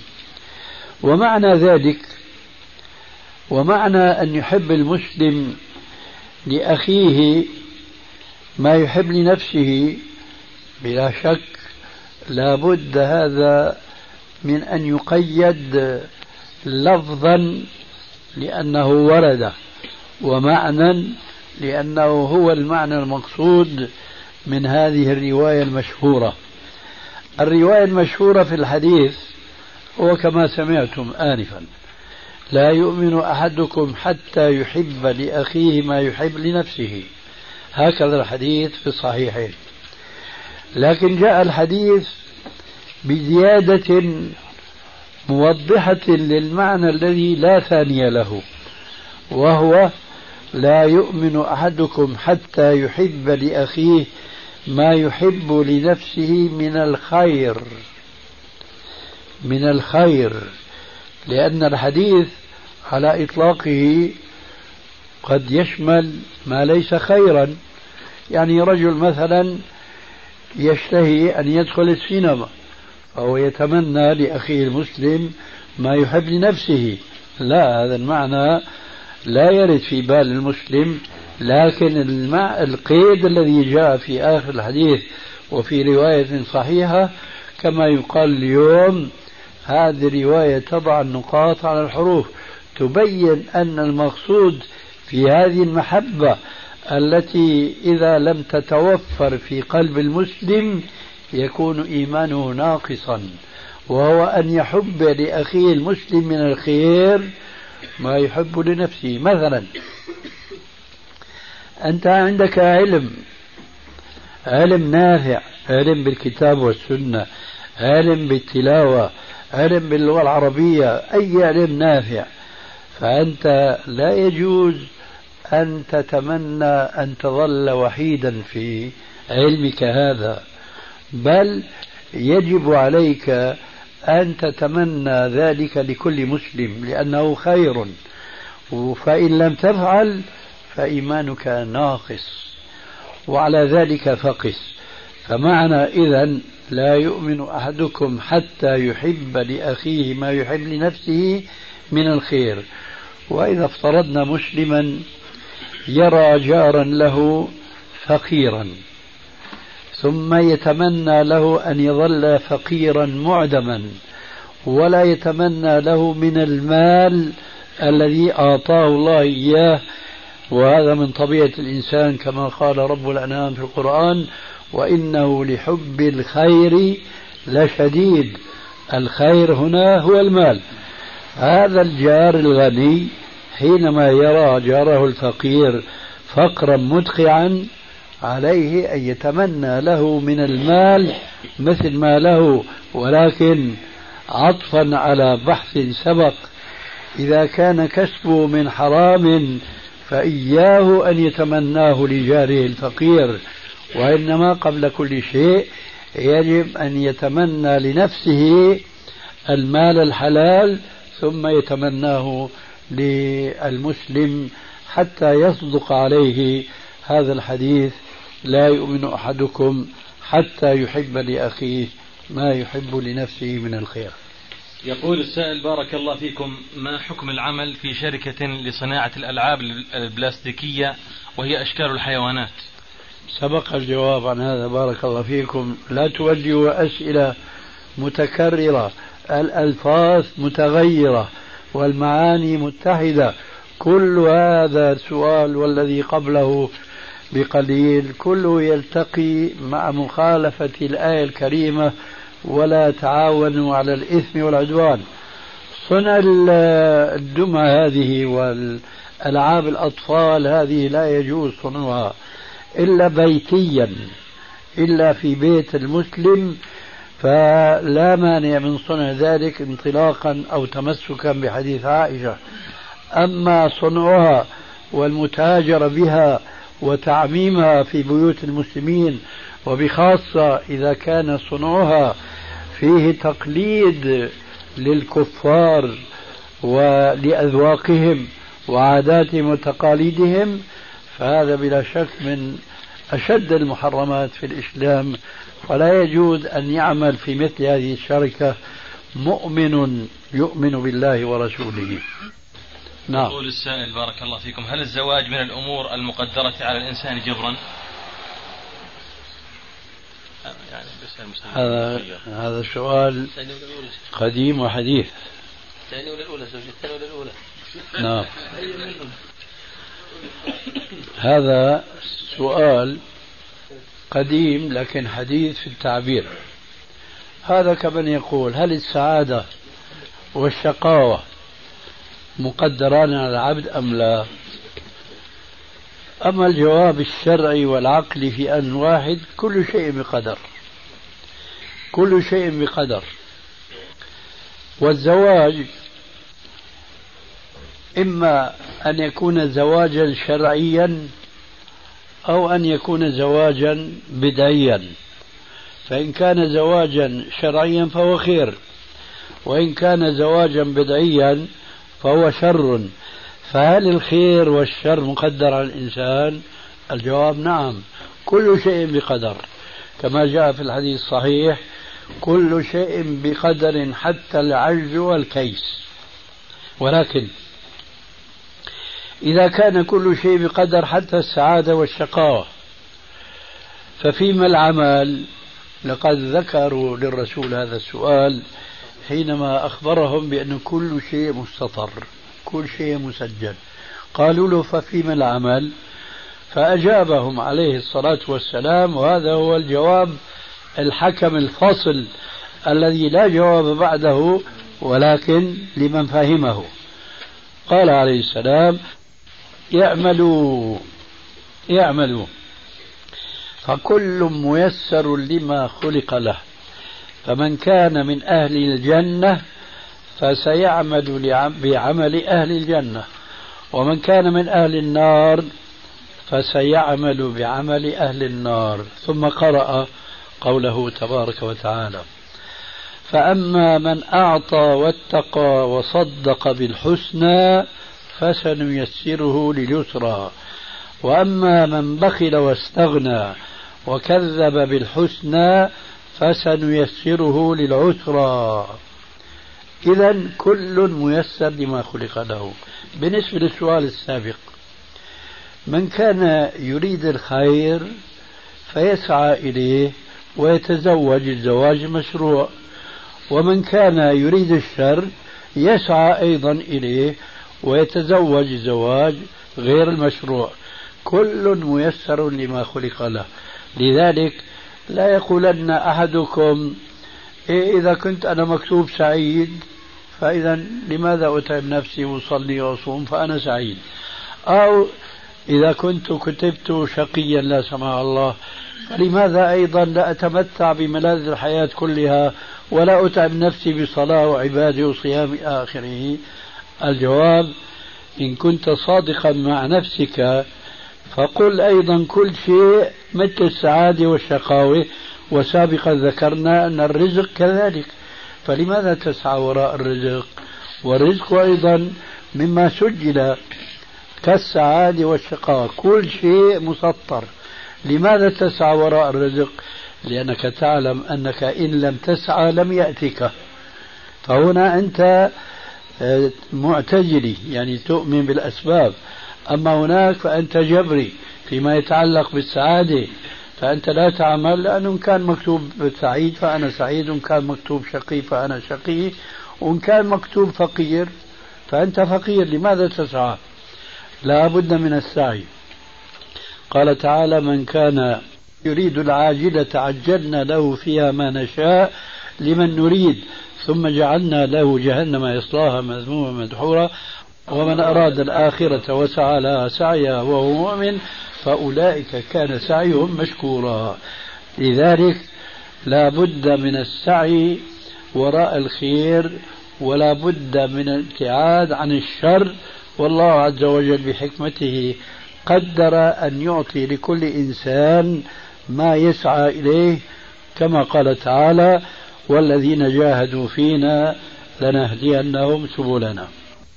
ومعنى أن يحب المسلم لأخيه ما يحب لنفسه بلا شك لا بد هذا من أن يقيد لفظا لأنه ورد، ومعنى لأنه هو المعنى المقصود من هذه الرواية المشهورة. الرواية المشهورة في الحديث هو كما سمعتم آنفا: لا يؤمن أحدكم حتى يحب لأخيه ما يحب لنفسه. هكذا الحديث في الصحيحين. لكن جاء الحديث بزيادة موضحة للمعنى الذي لا ثاني له، وهو: لا يؤمن أحدكم حتى يحب لأخيه ما يحب لنفسه من الخير. من الخير، لأن الحديث على إطلاقه قد يشمل ما ليس خيرا. يعني رجل مثلا يشتهي أن يدخل السينما، فهو يتمنى لأخيه المسلم ما يحب لنفسه. لا، هذا المعنى لا يرد في بال المسلم. لكن القيد الذي جاء في آخر الحديث وفي رواية صحيحة كما يقال اليوم، هذه رواية تضع النقاط على الحروف، تبين أن المقصود في هذه المحبة التي إذا لم تتوفر في قلب المسلم يكون إيمانه ناقصا، وهو أن يحب لأخيه المسلم من الخير ما يحب لنفسه. مثلا أنت عندك علم نافع، علم بالكتاب والسنة، علم بالتلاوة، علم باللغة العربية، أي علم نافع، فأنت لا يجوز أن تتمنى أن تظل وحيدا في علمك هذا، بل يجب عليك أن تتمنى ذلك لكل مسلم لأنه خير. فإن لم تفعل فإيمانك ناقص، وعلى ذلك فقس. فمعنى إذن لا يؤمن أحدكم حتى يحب لأخيه ما يحب لنفسه من الخير. وإذا افترضنا مسلما يرى جارا له فقيرا ثم يتمنى له أن يظل فقيرا معدما، ولا يتمنى له من المال الذي أعطاه الله إياه، وهذا من طبيعة الإنسان كما قال رب الأنعام في القرآن: وإنه لحب الخير لشديد. الخير هنا هو المال. هذا الجار الغني حينما يرى جاره الفقير فقرا مدقعا عليه أن يتمنى له من المال مثل ما له، ولكن عطفا على بحث سبق: إذا كان كسبه من حرام فإياه أن يتمناه لجاره الفقير، وإنما قبل كل شيء يجب أن يتمنى لنفسه المال الحلال ثم يتمناه للمسلم، حتى يصدق عليه هذا الحديث: لا يؤمن أحدكم حتى يحب لأخيه ما يحب لنفسه من الخير. يقول السائل: بارك الله فيكم، ما حكم العمل في شركة لصناعة الألعاب البلاستيكية وهي أشكال الحيوانات؟ سبق الجواب عن هذا بارك الله فيكم. لا توجهوا أسئلة متكررة، الألفاظ متغيرة والمعاني متحدة. كل هذا سؤال والذي قبله بقليل كله يلتقي مع مخالفة الآية الكريمة: ولا تعاونوا على الإثم والعدوان. صنع الدمى هذه والألعاب الأطفال هذه لا يجوز صنعها إلا بيتيا، إلا في بيت المسلم، فلا مانع من صنع ذلك انطلاقا أو تمسكا بحديث عائشة. أما صنعها والمتاجرة بها وتعميمها في بيوت المسلمين، وبخاصة إذا كان صنعها فيه تقليد للكفار ولأذواقهم وعاداتهم وتقاليدهم، فهذا بلا شك من أشد المحرمات في الإسلام، ولا يجوز أن يعمل في مثل هذه الشركة مؤمن يؤمن بالله ورسوله. نعم. يقول السائل: بارك الله فيكم، هل الزواج من الأمور المقدرة على الإنسان جبرا؟ هذا سؤال قديم وحديث. الثانية ولا الأولى؟ زوجة الثانية ولا الأولى؟ نعم. هذا سؤال قديم لكن حديث في التعبير. هذا كمن يقول: هل السعادة والشقاوة مقدران على العبد أم لا؟ أما الجواب الشرعي والعقلي في أن واحد، كل شيء بقدر، كل شيء بقدر. والزواج إما أن يكون زواجا شرعيا أو أن يكون زواجا بدعيا، فإن كان زواجا شرعيا فهو خير، وإن كان زواجا بدعيا فهو شر. فهل الخير والشر مقدر على الإنسان؟ الجواب نعم، كل شيء بقدر، كما جاء في الحديث الصحيح: كل شيء بقدر حتى العجز والكيس. ولكن إذا كان كل شيء بقدر حتى السعادة والشقاوة، ففيما العمل؟ لقد ذكروا للرسول هذا السؤال حينما أخبرهم بأن كل شيء مستطر، كل شيء مسجل. قالوا له: ففيما العمل؟ فأجابهم عليه الصلاة والسلام، وهذا هو الجواب الحكم الفاصل الذي لا جواب بعده ولكن لمن فهمه. قال عليه السلام: يعملوا فكل ميسر لما خلق له، فمن كان من أهل الجنة فسيعمل بعمل أهل الجنة، ومن كان من أهل النار فسيعمل بعمل أهل النار. ثم قرأ قوله تبارك وتعالى: فأما من أعطى واتقى وصدق بالحسنى فسنيسره لليسرى، وأما من بخل واستغنى وكذب بالحسنى فسنيسره للعسرى. إذن كل ميسر لما خلق له. بالنسبة للسؤال السابق، من كان يريد الخير فيسعى إليه ويتزوج الزواج المشروع، ومن كان يريد الشر يسعى أيضا إليه ويتزوج الزواج غير المشروع. كل ميسر لما خلق له. لذلك لا يقولن أحدكم: إذا كنت أنا مكتوب سعيد فإذا لماذا أتعب نفسي وأصلي وأصوم فأنا سعيد، أو إذا كنت كتبت شقيا لا سمح الله فلماذا أيضا لا أتمتع بملاذ الحياة كلها ولا أتعب نفسي بصلاة وعبادة وصيام آخره. الجواب: إن كنت صادقا مع نفسك فقل أيضا كل شيء مثل السعادة والشقاوة، وسابقا ذكرنا أن الرزق كذلك، فلماذا تسعى وراء الرزق؟ والرزق أيضا مما سجل كالسعادة والشقاوة، كل شيء مسطر. لماذا تسعى وراء الرزق؟ لأنك تعلم أنك إن لم تسعى لم يأتك. فهنا أنت معتجلي، يعني تؤمن بالأسباب. أما هناك فأنت جبري فيما يتعلق بالسعادة، فأنت لا تعمل، لأنه إن كان مكتوب سعيد فأنا سعيد، وإن كان مكتوب شقي فأنا شقي، وإن كان مكتوب فقير فأنت فقير. لماذا تسعى؟ لا بد من السعي. قال تعالى: من كان يريد العاجلة عجلنا له فيها ما نشاء لمن نريد ثم جعلنا له جهنم يصلاها مذموما مدحورا ومن أراد الآخرة وسعى لها سعيها وهو مؤمن فأولئك كان سعيهم مشكورا. لذلك لا بد من السعي وراء الخير ولا بد من الابتعاد عن الشر. والله عز وجل بحكمته قدر أن يعطي لكل إنسان ما يسعى إليه، كما قال تعالى: والذين جاهدوا فينا لنهدينهم سبلنا.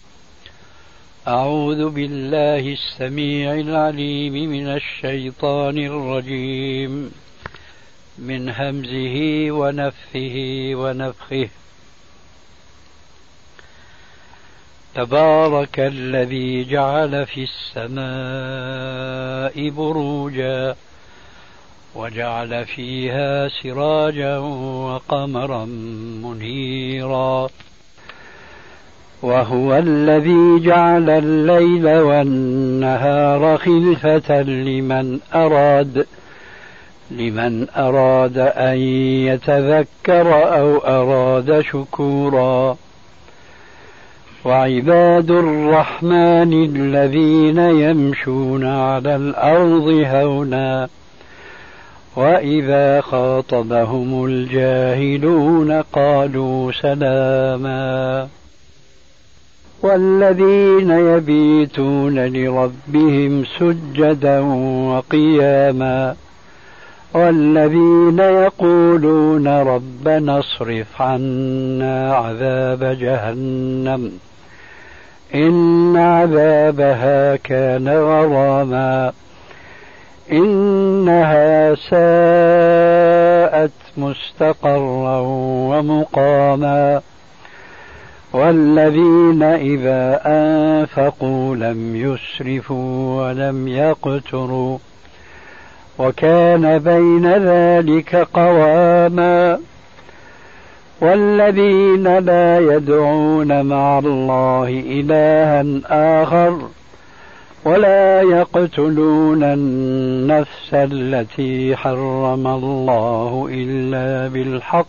أعوذ بالله السميع العليم من الشيطان الرجيم، من همزه ونفثه ونفخه. تبارك الذي جعل في السماء بروجا وجعل فيها سراجا وقمرا منيرا، وهو الذي جعل الليل والنهار خلفة لمن أراد أن يتذكر أو أراد شكورا. وعباد الرحمن الذين يمشون على الأرض هونا وإذا خاطبهم الجاهلون قالوا سلاما والذين يبيتون لربهم سجدا وقياما والذين يقولون ربنا اصرف عنا عذاب جهنم إن عذابها كان غراما إنها ساءت مستقرا ومقاما والذين إذا أنفقوا لم يسرفوا ولم يقتروا وكان بين ذلك قواما والذين لا يدعون مع الله إلها آخر ولا يقتلون النفس التي حرم الله إلا بالحق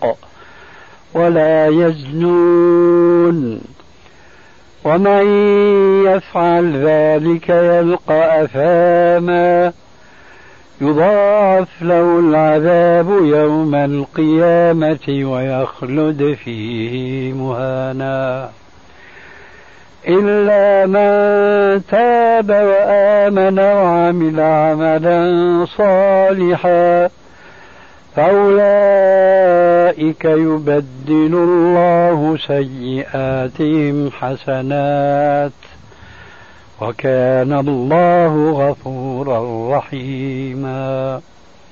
ولا يزنون ومن يفعل ذلك يلقى أثاما يضاعف له العذاب يوم القيامة ويخلد فيه مهانا إلا من تاب وآمن وعمل عملا صالحا فأولئك يبدل الله سيئاتهم حسنات وكان الله غفورا رحيما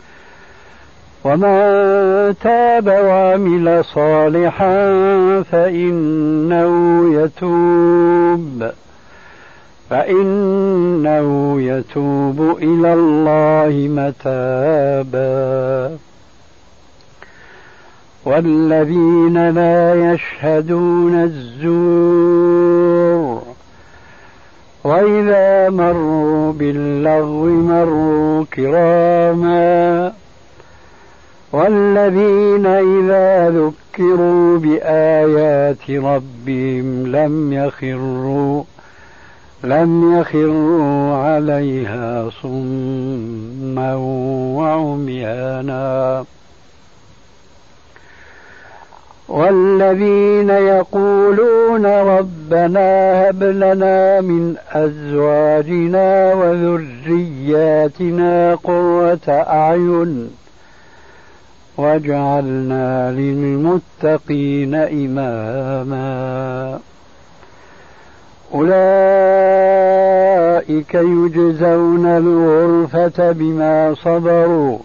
ومن تاب وعمل صالحا فإنه يتوب إلى الله متابا والذين لا يشهدون الزور وإذا مروا باللغو مروا كراما والذين إذا ذكروا بآيات ربهم لم يخروا عليها صما وعميانا والذين يقولون ربنا هب لنا من أزواجنا وذرياتنا قرة أعين واجعلنا للمتقين إماما أولئك يجزون الغرفة بما صبروا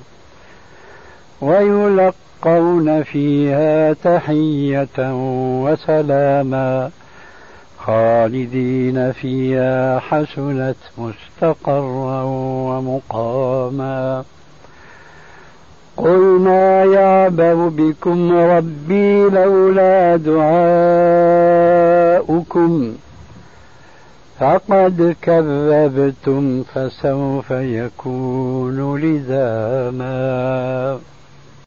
ويلقون فيها تحية وسلاما خالدين فيها حسنت مستقرا ومقاما قل ما يعبأ بكم ربي لولا دعاؤكم فقد كذبتم فسوف يكون لزاما